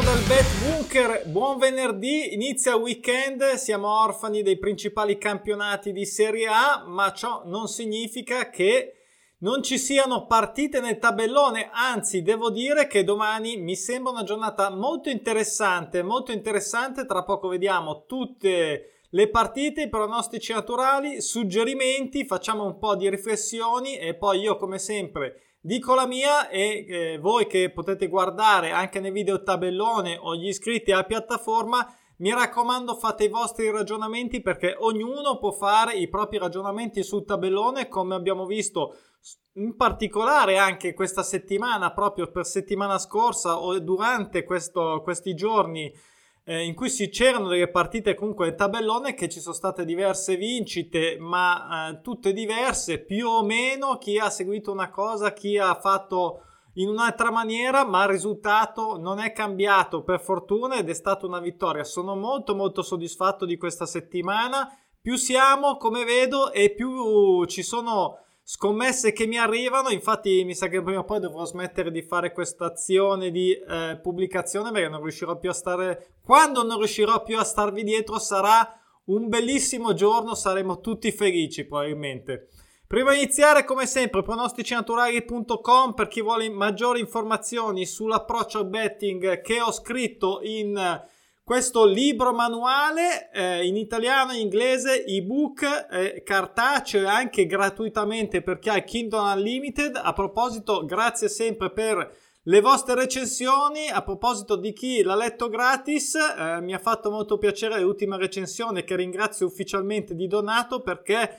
dal Bet Bunker, buon venerdì, inizia il weekend, siamo orfani dei principali campionati di Serie A, ma ciò non significa che non ci siano partite nel tabellone, anzi devo dire che domani mi sembra una giornata molto interessante, tra poco vediamo tutte le partite, i pronostici naturali, suggerimenti, facciamo un po' di riflessioni e poi io come sempre dico la mia e voi che potete guardare anche nei video tabellone o gli iscritti alla piattaforma, mi raccomando fate i vostri ragionamenti perché ognuno può fare i propri ragionamenti sul tabellone, come abbiamo visto in particolare anche questa settimana, proprio per settimana scorsa o durante questi giorni in cui c'erano delle partite comunque nel tabellone, che ci sono state diverse vincite ma tutte diverse più o meno, chi ha seguito una cosa, chi ha fatto in un'altra maniera, ma il risultato non è cambiato per fortuna ed è stata una vittoria. Sono molto soddisfatto di questa settimana, più siamo come vedo e più ci sono scommesse che mi arrivano. Infatti mi sa che prima o poi dovrò smettere di fare questa azione di pubblicazione perché non riuscirò più a stare, quando non riuscirò più a starvi dietro sarà un bellissimo giorno, saremo tutti felici probabilmente. Prima di iniziare come sempre pronosticinaturali.com per chi vuole maggiori informazioni sull'approccio al betting che ho scritto in questo libro manuale in italiano, in inglese, ebook, cartaceo e anche gratuitamente per chi ha il Kindle Unlimited. A proposito, grazie sempre per le vostre recensioni. A proposito di chi l'ha letto gratis, mi ha fatto molto piacere l'ultima recensione che ringrazio ufficialmente di Donato perché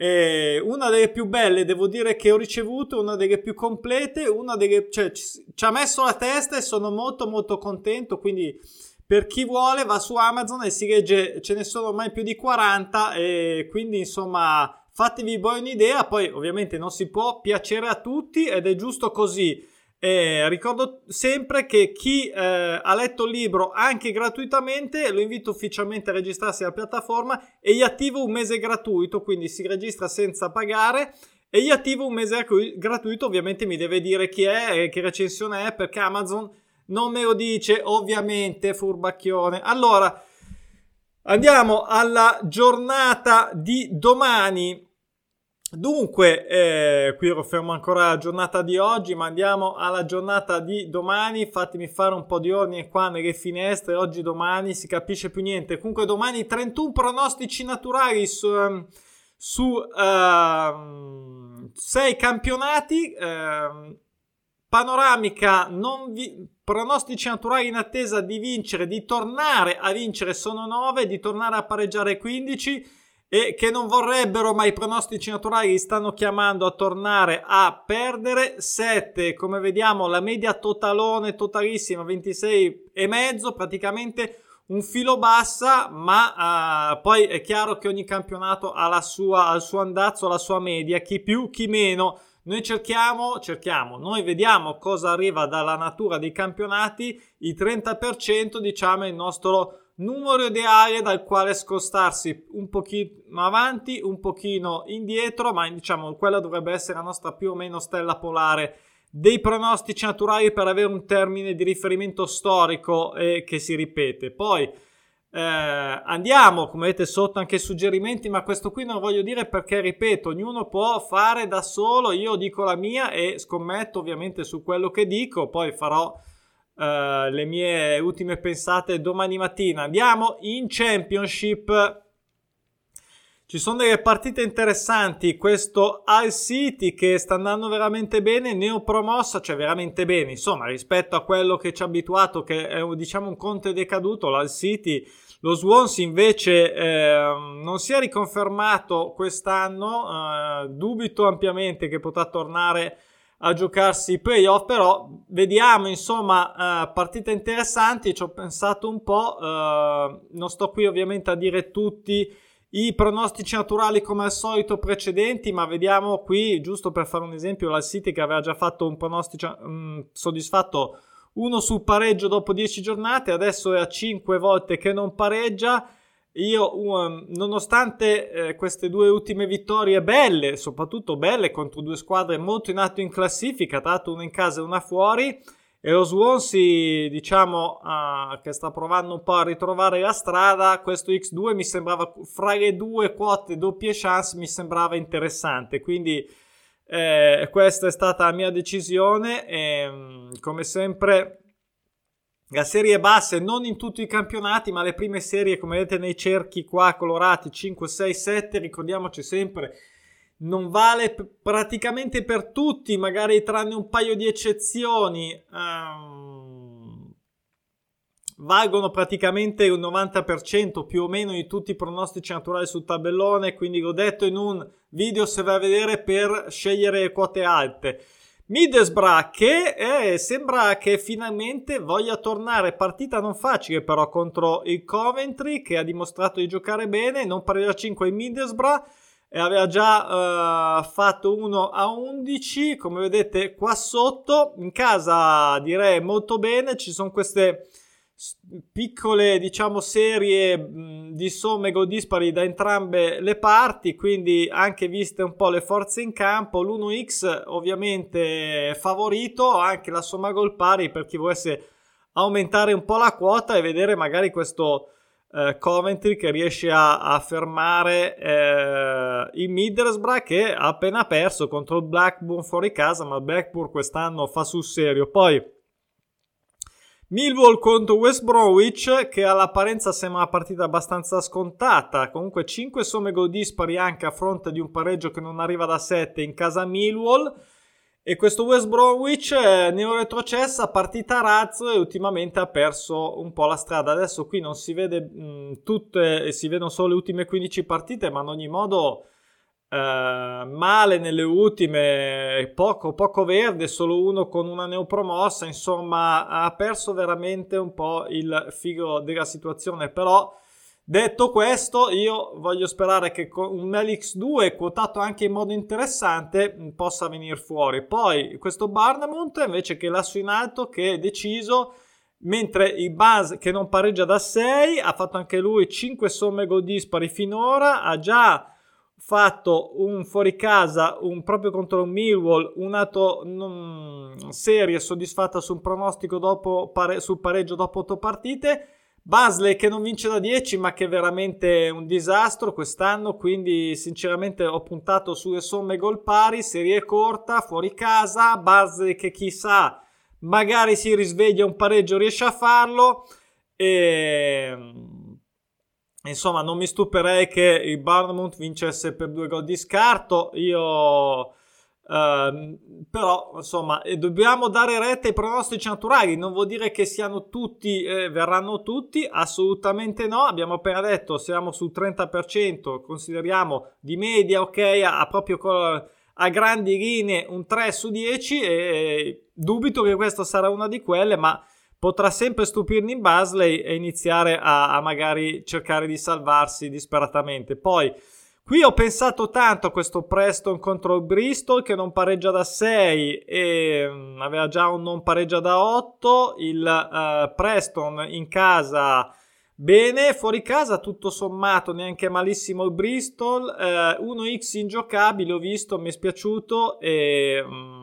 una delle più belle, devo dire, che ho ricevuto, una delle più complete, ci ha messo la testa e sono molto contento. Quindi per chi vuole va su Amazon e si legge, ce ne sono ormai più di 40 e quindi insomma fatevi voi un'idea. Poi ovviamente non si può piacere a tutti ed è giusto così. Ricordo sempre che chi ha letto il libro anche gratuitamente lo invito ufficialmente a registrarsi alla piattaforma e gli attivo un mese gratuito, quindi si registra senza pagare e gli attivo un mese gratuito. Ovviamente mi deve dire chi è e che recensione è perché Amazon non me lo dice, ovviamente, furbacchione. Allora andiamo alla giornata di domani. Dunque, qui ero fermo ancora la giornata di oggi, ma andiamo alla giornata di domani. Fatemi fare un po' di ordine qua nelle finestre. Oggi, domani, si capisce più niente. Comunque domani 31 pronostici naturali su 6 campionati. Panoramica, pronostici naturali in attesa di vincere, di tornare a vincere sono 9, di tornare a pareggiare 15 e che non vorrebbero, ma i pronostici naturali li stanno chiamando a tornare a perdere 7. Come vediamo la media totalissima 26,5, praticamente un filo bassa, ma poi è chiaro che ogni campionato ha il suo andazzo, la sua media, chi più chi meno. Noi cerchiamo, noi vediamo cosa arriva dalla natura dei campionati. Il 30% diciamo è il nostro numero ideale dal quale scostarsi un pochino avanti, un pochino indietro, ma diciamo quella dovrebbe essere la nostra più o meno stella polare dei pronostici naturali per avere un termine di riferimento storico che si ripete. Poi andiamo, come vedete sotto anche suggerimenti, ma questo qui non lo voglio dire perché ripeto, ognuno può fare da solo. Io dico la mia e scommetto ovviamente su quello che dico, poi farò le mie ultime pensate domani mattina. Andiamo in Championship. Ci sono delle partite interessanti. Questo Hull City che sta andando veramente bene, neopromossa, cioè veramente bene, insomma, rispetto a quello che ci ha abituato, che è diciamo un Conte decaduto, l'Hull City. Lo Swansea invece non si è riconfermato quest'anno, dubito ampiamente che potrà tornare a giocarsi i playoff, però vediamo, insomma, partite interessanti. Ci ho pensato un po', non sto qui ovviamente a dire tutti i pronostici naturali come al solito precedenti, ma vediamo qui, giusto per fare un esempio, la City che aveva già fatto un pronostico soddisfatto, uno sul pareggio dopo 10 giornate, adesso è a 5 volte che non pareggia. Io nonostante queste due ultime vittorie belle, soprattutto belle contro due squadre molto in alto in classifica, tra l'altro una in casa e una fuori, e lo Swansea, diciamo, che sta provando un po' a ritrovare la strada, questo X2 mi sembrava, fra le due quote doppie chance, mi sembrava interessante, quindi questa è stata la mia decisione. E, come sempre, la serie basse non in tutti i campionati, ma le prime serie, come vedete nei cerchi qua colorati, 5, 6, 7, ricordiamoci sempre, non vale praticamente per tutti, magari tranne un paio di eccezioni, valgono praticamente il 90% più o meno di tutti i pronostici naturali sul tabellone, quindi l'ho detto in un video se vai a vedere per scegliere quote alte. Middlesbrough che sembra che finalmente voglia tornare, partita non facile però contro il Coventry, che ha dimostrato di giocare bene, non pareggia 5 in Middlesbrough e aveva già fatto 1-11, come vedete qua sotto. In casa direi molto bene, ci sono queste piccole, diciamo, serie di somme gol dispari da entrambe le parti, quindi anche viste un po' le forze in campo, l'1x ovviamente favorito, anche la somma gol pari per chi volesse aumentare un po' la quota e vedere magari questo Coventry che riesce a fermare il Middlesbrough, che ha appena perso contro il Blackburn fuori casa, ma Blackburn quest'anno fa sul serio. Poi Millwall contro West Bromwich, che all'apparenza sembra una partita abbastanza scontata, comunque 5 somme gol dispari anche a fronte di un pareggio che non arriva da 7 in casa Millwall. E questo West Bromwich neoretrocessa, partita a razzo, e ultimamente ha perso un po' la strada. Adesso qui non si vede tutte, si vedono solo le ultime 15 partite, ma in ogni modo male nelle ultime, poco verde, solo uno con una neopromossa, insomma ha perso veramente un po' il figo della situazione. Però detto questo, io voglio sperare che con un LX2 quotato anche in modo interessante possa venire fuori. Poi questo Bournemouth invece, che lasso in alto, che è deciso, mentre il Buzz che non pareggia da 6, ha fatto anche lui 5 somme gol dispari finora, ha già fatto un fuoricasa proprio contro un Millwall, serie soddisfatta sul pronostico sul pareggio dopo 8 partite. Barnsley che non vince da 10, ma che è veramente un disastro quest'anno, quindi sinceramente ho puntato sulle somme gol pari, serie corta, fuori casa. Barnsley che chissà, magari si risveglia un pareggio, riesce a farlo, e insomma non mi stupirei che il Bournemouth vincesse per 2 gol di scarto. Però insomma dobbiamo dare retta ai pronostici naturali, non vuol dire che siano tutti, verranno tutti, assolutamente no. Abbiamo appena detto siamo sul 30%, consideriamo di media, ok, a grandi linee un 3 su 10, e dubito che questa sarà una di quelle, ma potrà sempre stupirne in Barnsley e iniziare a magari cercare di salvarsi disperatamente. Poi qui ho pensato tanto a questo Preston contro il Bristol, che non pareggia da 6 e aveva già un non pareggia da 8. Il Preston in casa bene, fuori casa tutto sommato neanche malissimo il Bristol. 1x ingiocabile ho visto, mi è spiaciuto, e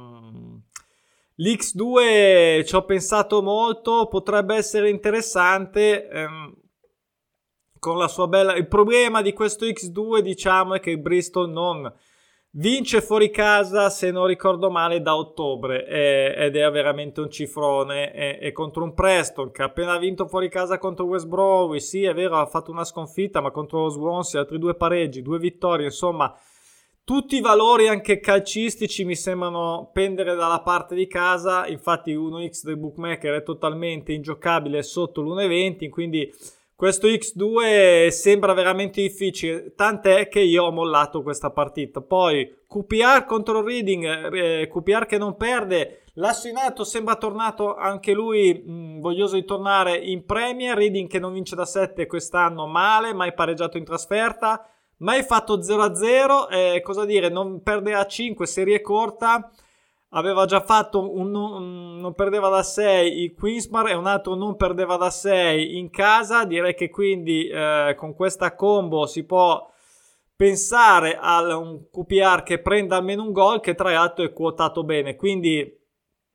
l'X2 ci ho pensato molto, potrebbe essere interessante. Con la sua bella... Il problema di questo X2, diciamo, è che il Bristol non vince fuori casa, se non ricordo male, da ottobre, ed è veramente un cifrone, e contro un Preston che ha appena vinto fuori casa contro West Bromwich. Sì, è vero, ha fatto una sconfitta, ma contro lo Swansea altri 2 pareggi, 2 vittorie, insomma tutti i valori anche calcistici mi sembrano pendere dalla parte di casa. Infatti 1x del bookmaker è totalmente ingiocabile sotto l'1,20, quindi questo X2 sembra veramente difficile, tant'è che io ho mollato questa partita. Poi QPR contro Reading, QPR che non perde, l'asso in alto sembra tornato anche lui, voglioso di tornare in Premier. Reading che non vince da 7 quest'anno, male, mai pareggiato in trasferta, mai fatto 0-0, cosa dire, non perde a 5, serie corta. Aveva già fatto non perdeva da 6 il Queensmar e un altro non perdeva da 6 in casa. Direi che quindi con questa combo si può pensare a un QPR che prenda almeno un gol, che tra l'altro è quotato bene. Quindi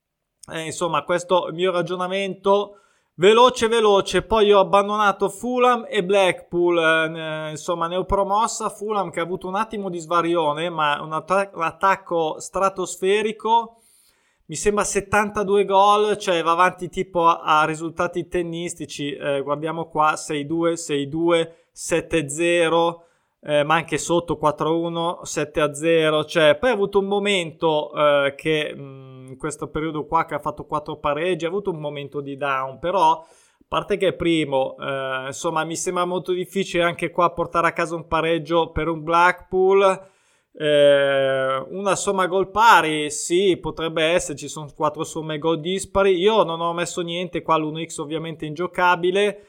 Insomma, questo è il mio ragionamento veloce. Poi ho abbandonato Fulham e Blackpool, insomma neopromossa. Fulham che ha avuto un attimo di svarione, ma un attacco stratosferico. Mi sembra 72 gol, cioè va avanti tipo a risultati tennistici. Guardiamo qua, 6-2, 6-2, 7-0, ma anche sotto 4-1, 7-0. Cioè, poi ha avuto un momento che in questo periodo qua che ha fatto 4 pareggi, ha avuto un momento di down, però a parte che è primo, insomma mi sembra molto difficile anche qua portare a casa un pareggio per un Blackpool. Una somma gol pari sì, potrebbe essere, ci sono 4 somme gol dispari. Io non ho messo niente qua, l'1x ovviamente ingiocabile.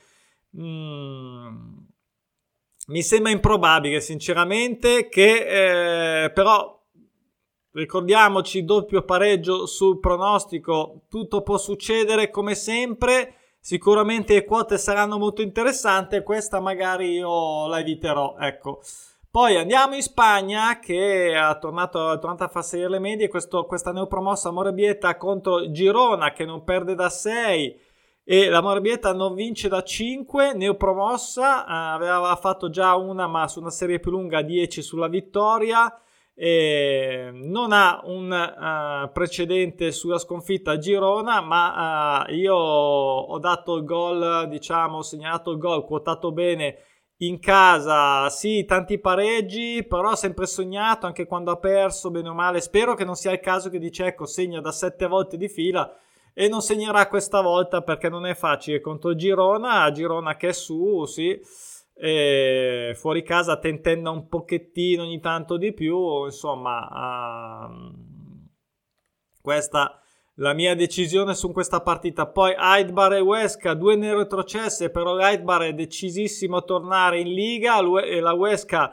Mi sembra improbabile sinceramente che però ricordiamoci, doppio pareggio sul pronostico, tutto può succedere come sempre. Sicuramente le quote saranno molto interessanti, questa magari io la eviterò, ecco. Poi andiamo in Spagna, che è tornata a far salire le medie. Questa neopromossa Amorebieta contro Girona, che non perde da 6 e la Amorebieta non vince da 5. Neopromossa, aveva fatto già una, ma su una serie più lunga, 10 sulla vittoria. Non ha un precedente sulla sconfitta a Girona, ma io ho dato il gol, diciamo, ho segnato il gol, quotato bene in casa, sì, tanti pareggi, però sempre sognato anche quando ha perso, bene o male. Spero che non sia il caso che di Cecco segna da 7 volte di fila e non segnerà questa volta, perché non è facile contro Girona che è su, sì, e fuori casa tentenna un pochettino ogni tanto di più, insomma, questa la mia decisione su questa partita. Poi Aidbar e Huesca, 2 retrocesse, però Aidbar è decisissimo a tornare in Liga e la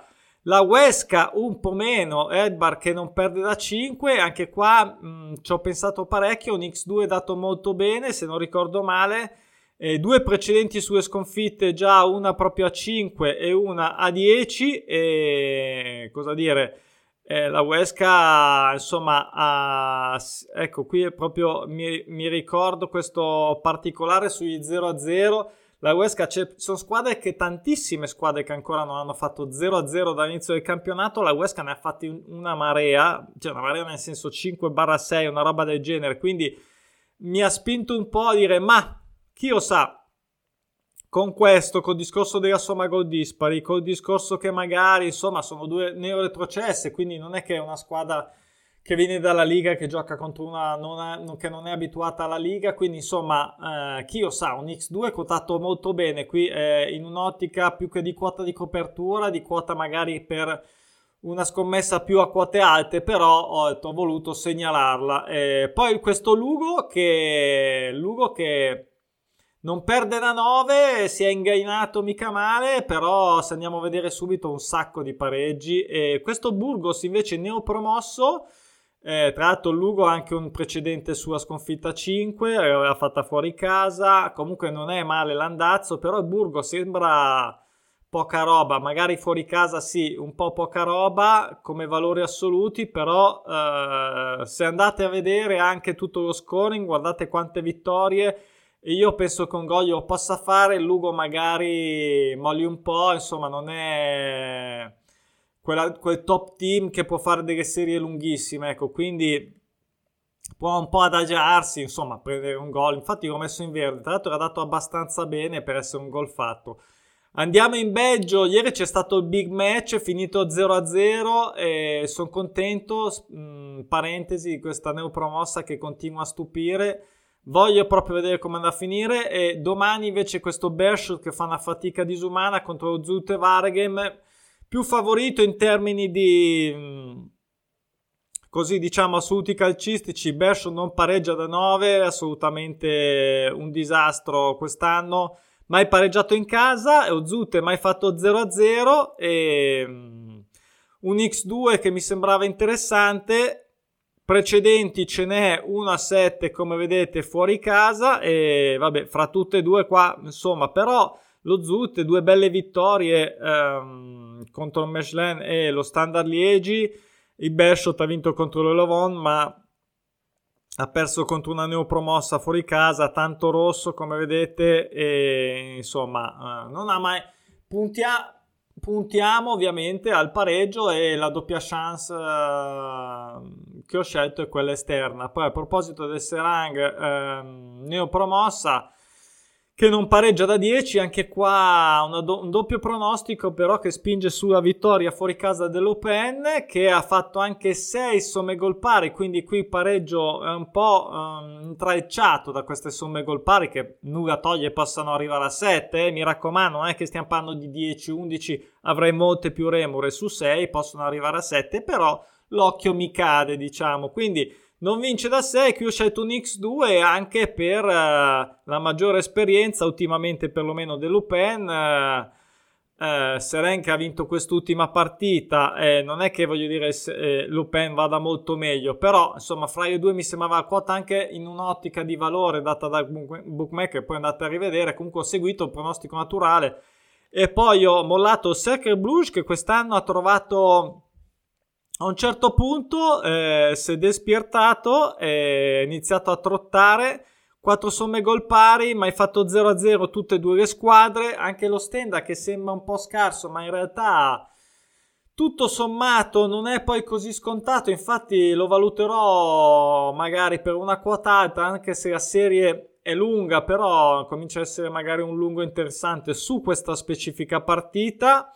Huesca un po' meno, Aidbar che non perde da 5, anche qua ci ho pensato parecchio, un X2 dato molto bene se non ricordo male, 2 precedenti sulle sconfitte, già una proprio a 5 e una a 10, e cosa dire, la Huesca insomma ecco qui proprio mi ricordo questo particolare sugli 0-0. La Huesca, sono tantissime squadre che ancora non hanno fatto 0-0 dall'inizio del campionato. La Huesca ne ha fatti una marea, cioè una marea nel senso 5/6, una roba del genere, quindi mi ha spinto un po' a dire ma chi lo sa, con questo, col discorso della somma gol dispari, col discorso che magari insomma sono 2 neo-retrocesse, quindi non è che è una squadra che viene dalla Liga, che gioca contro una che non è abituata alla Liga, quindi insomma chi lo sa, un X2 quotato molto bene qui, in un'ottica più che di quota di copertura, di quota magari per una scommessa più a quote alte, però ho voluto segnalarla. Poi questo Lugo che non perde da 9, si è ingainato mica male, però se andiamo a vedere subito un sacco di pareggi. E questo Burgos invece neopromosso, tra l'altro il Lugo ha anche un precedente sulla sconfitta 5, l'aveva fatta fuori casa, comunque non è male l'andazzo, però il Burgos sembra poca roba, magari fuori casa sì, un po' poca roba come valori assoluti, però se andate a vedere anche tutto lo scoring, guardate quante vittorie. E io penso che un gol lo possa fare, il Lugo magari molli un po', insomma non è quel top team che può fare delle serie lunghissime, ecco, quindi può un po' adagiarsi, insomma, prendere un gol. Infatti l'ho messo in verde, tra l'altro era dato abbastanza bene per essere un gol fatto. Andiamo in Belgio, ieri c'è stato il big match, finito 0-0 e sono contento, parentesi, di questa neopromossa che continua a stupire. Voglio proprio vedere come andrà a finire. E domani invece questo Beerschot che fa una fatica disumana contro lo Zulte Waregem, più favorito in termini di così diciamo assoluti calcistici. Beerschot non pareggia da 9, assolutamente un disastro quest'anno, mai pareggiato in casa, e lo Zulte mai fatto 0-0 e un X2 che mi sembrava interessante. Precedenti ce n'è 1-7 come vedete fuori casa, e vabbè fra tutte e due qua insomma, però lo Zulte 2 belle vittorie contro il Mechelen e lo Standard Liegi. Il Beerschot ha vinto contro lo Leuven, ma ha perso contro una neopromossa fuori casa, tanto rosso come vedete, e insomma non ha mai... Puntiamo ovviamente al pareggio, e la doppia chance che ho scelto è quella esterna. Poi a proposito del Serang, neopromossa che non pareggia da 10, anche qua un doppio pronostico però che spinge sulla vittoria fuori casa dell'Open, che ha fatto anche 6 somme gol pari, quindi qui il pareggio è un po' intralciato da queste somme gol pari che nulla toglie possano arrivare a 7, mi raccomando, non è che stiamo parlando di 10, 11, avrei molte più remore su 6, possono arrivare a 7, però l'occhio mi cade, diciamo, quindi non vince da 6, qui ho scelto un X2 anche per la maggiore esperienza ultimamente perlomeno dell'Open. Seren che ha vinto quest'ultima partita, non è che voglio dire l'Open vada molto meglio, però insomma fra le due mi sembrava la quota anche in un'ottica di valore data dal bookmaker, poi andate a rivedere. Comunque ho seguito il pronostico naturale e poi ho mollato Cercle Bruges, che quest'anno ha trovato... A un certo punto si è despiertato, è iniziato a trottare, 4 somme gol pari, ma hai fatto 0-0 tutte e due le squadre, anche lo Stenda che sembra un po' scarso, ma in realtà tutto sommato non è poi così scontato, infatti lo valuterò magari per una quota alta, anche se la serie è lunga, però comincia a essere magari un lungo interessante su questa specifica partita.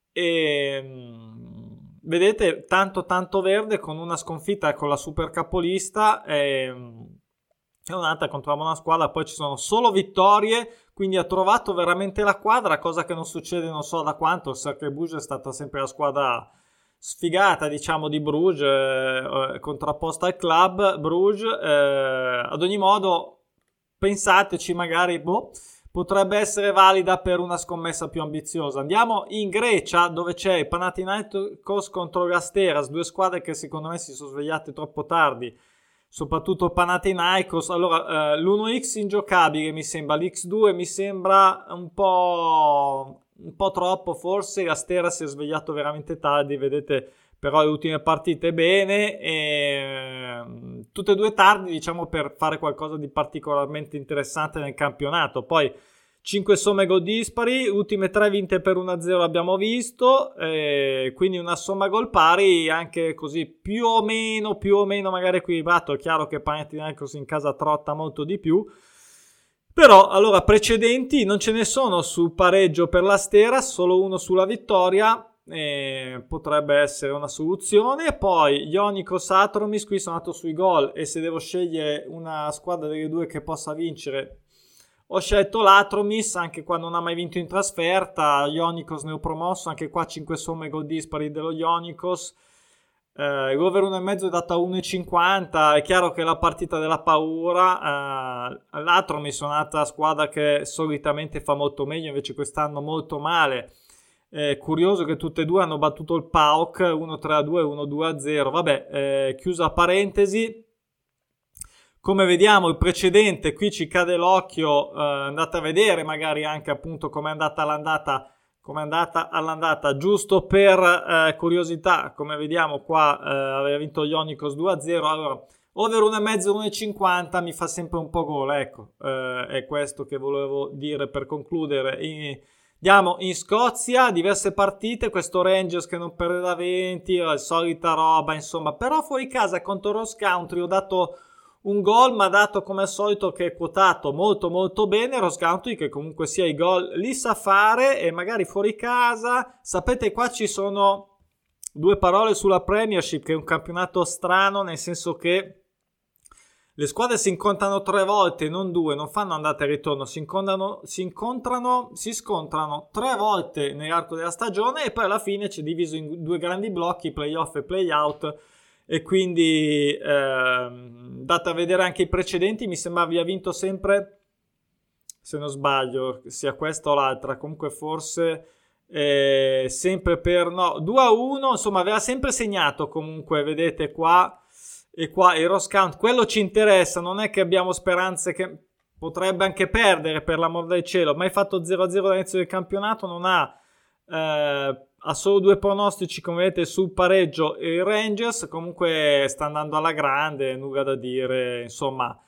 E... vedete, tanto verde con una sconfitta con la super capolista e un'altra contro una buona squadra, poi ci sono solo vittorie, quindi ha trovato veramente la quadra, cosa che non succede non so da quanto. Il Cercle Bruges è stata sempre la squadra sfigata, diciamo, di Bruges, contrapposta al club Bruges. Ad ogni modo, pensateci, magari potrebbe essere valida per una scommessa più ambiziosa. Andiamo in Grecia, dove c'è il Panathinaikos contro l'Asteras, due squadre che secondo me si sono svegliate troppo tardi, soprattutto Panathinaikos. Allora, l'1x ingiocabile mi sembra, l'x2 mi sembra un po' troppo, forse l'Asteras si è svegliato veramente tardi, vedete, però le ultime partite bene, e tutte e due tardi, diciamo, per fare qualcosa di particolarmente interessante nel campionato. Poi 5 somme gol dispari, ultime 3 vinte per 1-0 abbiamo visto, quindi una somma gol pari anche così più o meno magari equilibrato. È chiaro che Panathinaikos in casa trotta molto di più, però allora precedenti non ce ne sono sul pareggio per l'Asteras, solo uno sulla vittoria. Potrebbe essere una soluzione. Poi Ionikos Atromis, qui sono andato sui gol e se devo scegliere una squadra delle due che possa vincere ho scelto l'Atromis, anche qua non ha mai vinto in trasferta. Ionikos neopromosso, anche qua 5 somme gol dispari dello Ionikos. L'over 1,5 è data a 1,50. È chiaro che è la partita della paura. L'Atromis è un'altra squadra che solitamente fa molto meglio, invece quest'anno molto male. Curioso che tutte e due hanno battuto il PAOK, uno 3-2 e uno 2-0. Vabbè, chiusa parentesi. Come vediamo il precedente, qui ci cade l'occhio, andate a vedere magari anche appunto com'è andata all'andata, giusto per curiosità. Come vediamo qua aveva vinto Ionikos 2-0. Allora, over 1,5, 1,50 mi fa sempre un po' gol, ecco, è questo che volevo dire per concludere. Andiamo in Scozia, diverse partite, questo Rangers che non perde da 20, la solita roba, insomma, però fuori casa contro Ross Country ho dato un gol, ma dato come al solito che è quotato molto molto bene. Ross Country che comunque sia i gol li sa fare, e magari fuori casa, sapete, qua ci sono due parole sulla Premiership, che è un campionato strano, nel senso che le squadre si incontrano 3 volte, non 2, non fanno andata e ritorno, si scontrano 3 volte nell'arco della stagione, e poi alla fine c'è diviso in 2 grandi blocchi, playoff e playout, e quindi date a vedere anche i precedenti, mi sembra abbia vinto sempre, se non sbaglio, sia questa o l'altra, comunque forse sempre per 2-1, insomma aveva sempre segnato comunque, vedete qua. E qua il Ross Count, quello ci interessa, non è che abbiamo speranze, che potrebbe anche perdere per l'amor del cielo, ma hai fatto 0-0 all'inizio del campionato, non ha ha solo 2 pronostici, come vedete, sul pareggio e il Rangers. Comunque sta andando alla grande, nulla da dire, insomma.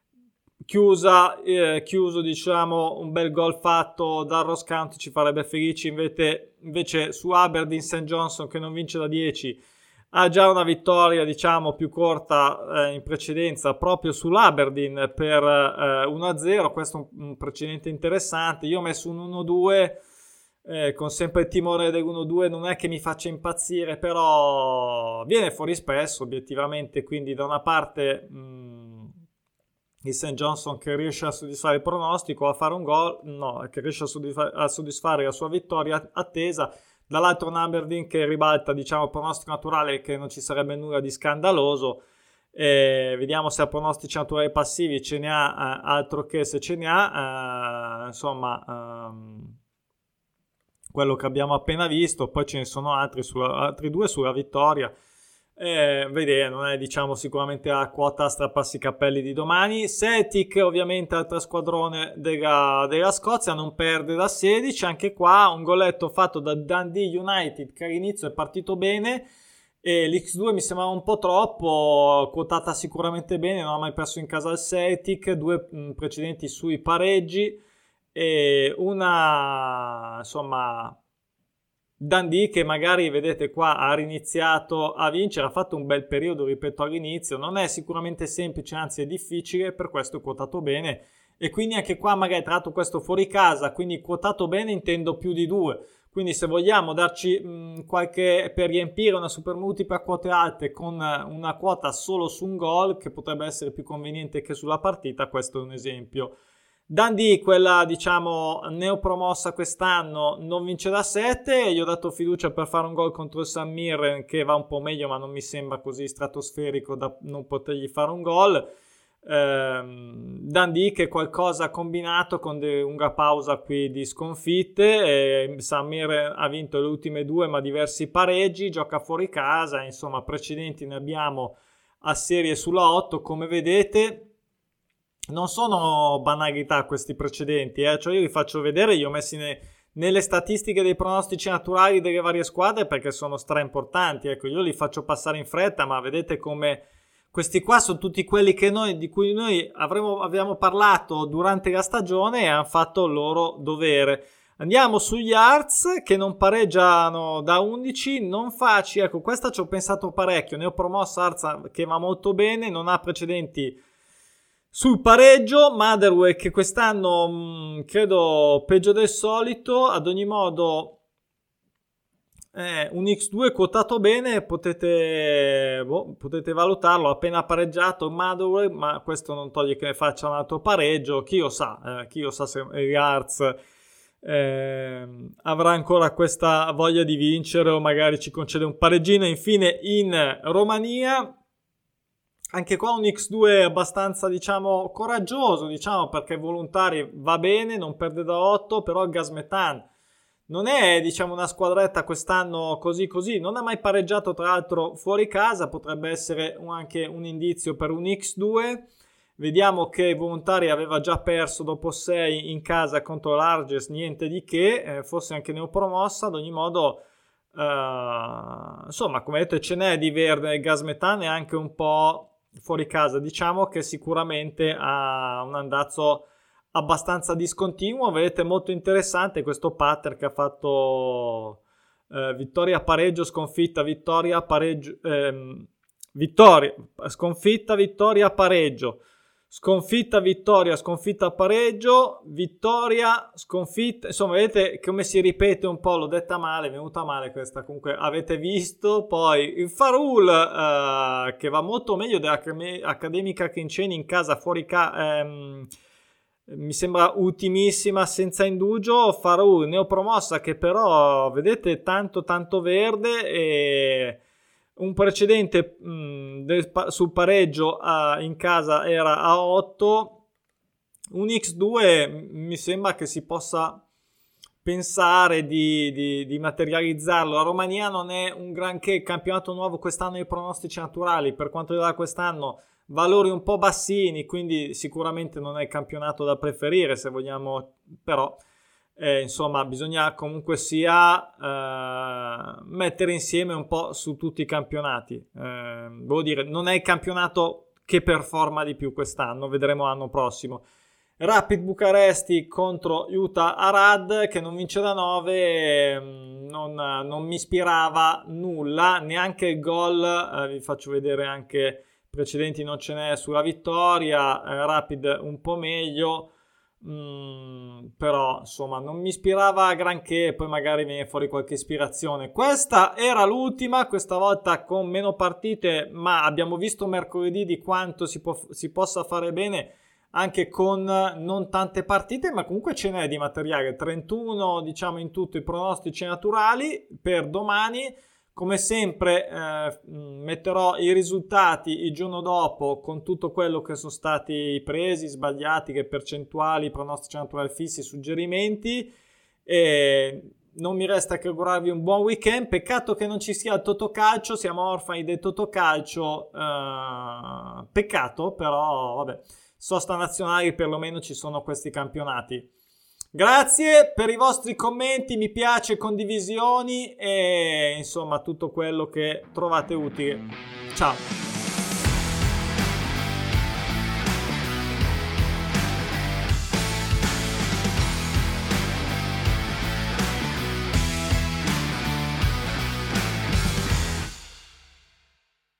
Chiuso, diciamo, un bel gol fatto da Ross County ci farebbe felici. Invece su Aberdeen St. Johnson, che non vince da 10, ha già una vittoria, diciamo, più corta in precedenza proprio sull'Aberdeen per 1-0. Questo è un precedente interessante. Io ho messo un 1-2 con sempre il timore dell'1-2, non è che mi faccia impazzire, però viene fuori spesso obiettivamente, quindi da una parte il St. Johnson che riesce a soddisfare il pronostico, a fare un gol, no, che riesce a soddisfare la sua vittoria attesa, dall'altro un Aberdeen che ribalta, diciamo, il pronostico naturale, che non ci sarebbe nulla di scandaloso. Vediamo se ha pronostici naturali passivi, ce ne ha, altro che se ce ne ha, insomma, quello che abbiamo appena visto. Poi ce ne sono altri 2 sulla vittoria. Vedere, non è, diciamo, sicuramente la quota a strapparsi i capelli di domani. Celtic, ovviamente, altro squadrone della Scozia, non perde da 16. Anche qua un goletto fatto da Dundee United, che all'inizio è partito bene, e l'X2 mi sembrava un po' troppo, quotata sicuramente bene, non ha mai perso in casa il Celtic, 2 precedenti sui pareggi e una, insomma, Dundee che magari, vedete qua, ha riniziato a vincere, ha fatto un bel periodo, ripeto, all'inizio, non è sicuramente semplice, anzi è difficile, per questo è quotato bene. E quindi anche qua magari, tra l'altro, questo fuori casa, quindi quotato bene intendo più di 2, quindi se vogliamo darci qualche, per riempire una super multipla a quote alte con una quota solo su un gol, che potrebbe essere più conveniente che sulla partita, questo è un esempio. Dundee, quella, diciamo, neopromossa quest'anno, non vince da 7. Gli ho dato fiducia per fare un gol contro il St. Mirren, che va un po' meglio, ma non mi sembra così stratosferico da non potergli fare un gol. Dundee che qualcosa ha combinato con lunga pausa qui di sconfitte. St. Mirren ha vinto le ultime 2, ma diversi pareggi, gioca fuori casa, insomma, precedenti ne abbiamo a serie sulla 8, come vedete. Non sono banalità questi precedenti, cioè io li faccio vedere, li ho messi nelle statistiche dei pronostici naturali delle varie squadre perché sono stra importanti. Ecco, io li faccio passare in fretta, ma vedete come questi qua sono tutti quelli di cui noi abbiamo parlato durante la stagione e hanno fatto il loro dovere. Andiamo sugli Hearts che non pareggiano da 11, non facili. Ecco, questa ci ho pensato parecchio, ne ho promosso Hearts che va molto bene, non ha precedenti sul pareggio. Motherwell che quest'anno credo peggio del solito. Ad ogni modo un X2 quotato bene, potete valutarlo. Appena pareggiato Motherwell, ma questo non toglie che ne faccia un altro pareggio. Chi lo sa se il Hearts avrà ancora questa voglia di vincere o magari ci concede un pareggino. Infine in Romania, anche qua un X2 abbastanza, diciamo, coraggioso, diciamo, perché volontari va bene, non perde da 8, però il Gazmetan non è, diciamo, una squadretta quest'anno così, non ha mai pareggiato, tra l'altro, fuori casa, potrebbe essere anche un indizio per un X2. Vediamo che i volontari aveva già perso dopo 6 in casa contro l'Arges, niente di che, forse anche neopromossa. Ad ogni modo, insomma, come vedete ce n'è di verde. Il Gazmetan è anche un po' fuori casa, diciamo che sicuramente ha un andazzo abbastanza discontinuo. Vedete, molto interessante questo pattern che ha fatto vittoria, pareggio, sconfitta, vittoria, pareggio, vittoria, sconfitta, vittoria, pareggio, sconfitta, vittoria, sconfitta, pareggio, vittoria, sconfitta. Insomma, vedete come si ripete un po'. L'ho detta male, è venuta male questa, comunque avete visto. Poi il Farul che va molto meglio dell'Academica Khinceni in casa, fuori mi sembra ultimissima senza indugio. Farul neopromossa che però vedete tanto verde, e un precedente sul pareggio in casa era a 8. Un X2 mi sembra che si possa pensare di materializzarlo. La Romania non è un granché, campionato nuovo quest'anno, i pronostici naturali per quanto riguarda quest'anno valori un po' bassini, quindi sicuramente non è il campionato da preferire se vogliamo, però Insomma, bisogna comunque sia mettere insieme un po' su tutti i campionati. Volevo dire, non è il campionato che performa di più quest'anno, vedremo l'anno prossimo. Rapid Bucaresti contro Utah Arad, che non vince da 9, non mi ispirava nulla, neanche il gol. Vi faccio vedere anche precedenti, non ce n'è sulla vittoria. Rapid un po' meglio, però insomma non mi ispirava granché, poi magari viene fuori qualche ispirazione. Questa era l'ultima, questa volta con meno partite, ma abbiamo visto mercoledì di quanto si possa fare bene anche con non tante partite, ma comunque ce n'è di materiale. 31 diciamo in tutto i pronostici naturali per domani. Come sempre metterò i risultati il giorno dopo con tutto quello che sono stati presi, sbagliati, che percentuali, pronostici naturali fissi, suggerimenti. E non mi resta che augurarvi un buon weekend. Peccato che non ci sia il Totocalcio, siamo orfani del Totocalcio, peccato, però vabbè, sosta nazionali perlomeno ci sono questi campionati. Grazie per i vostri commenti, mi piace, condivisioni e insomma tutto quello che trovate utile. Ciao!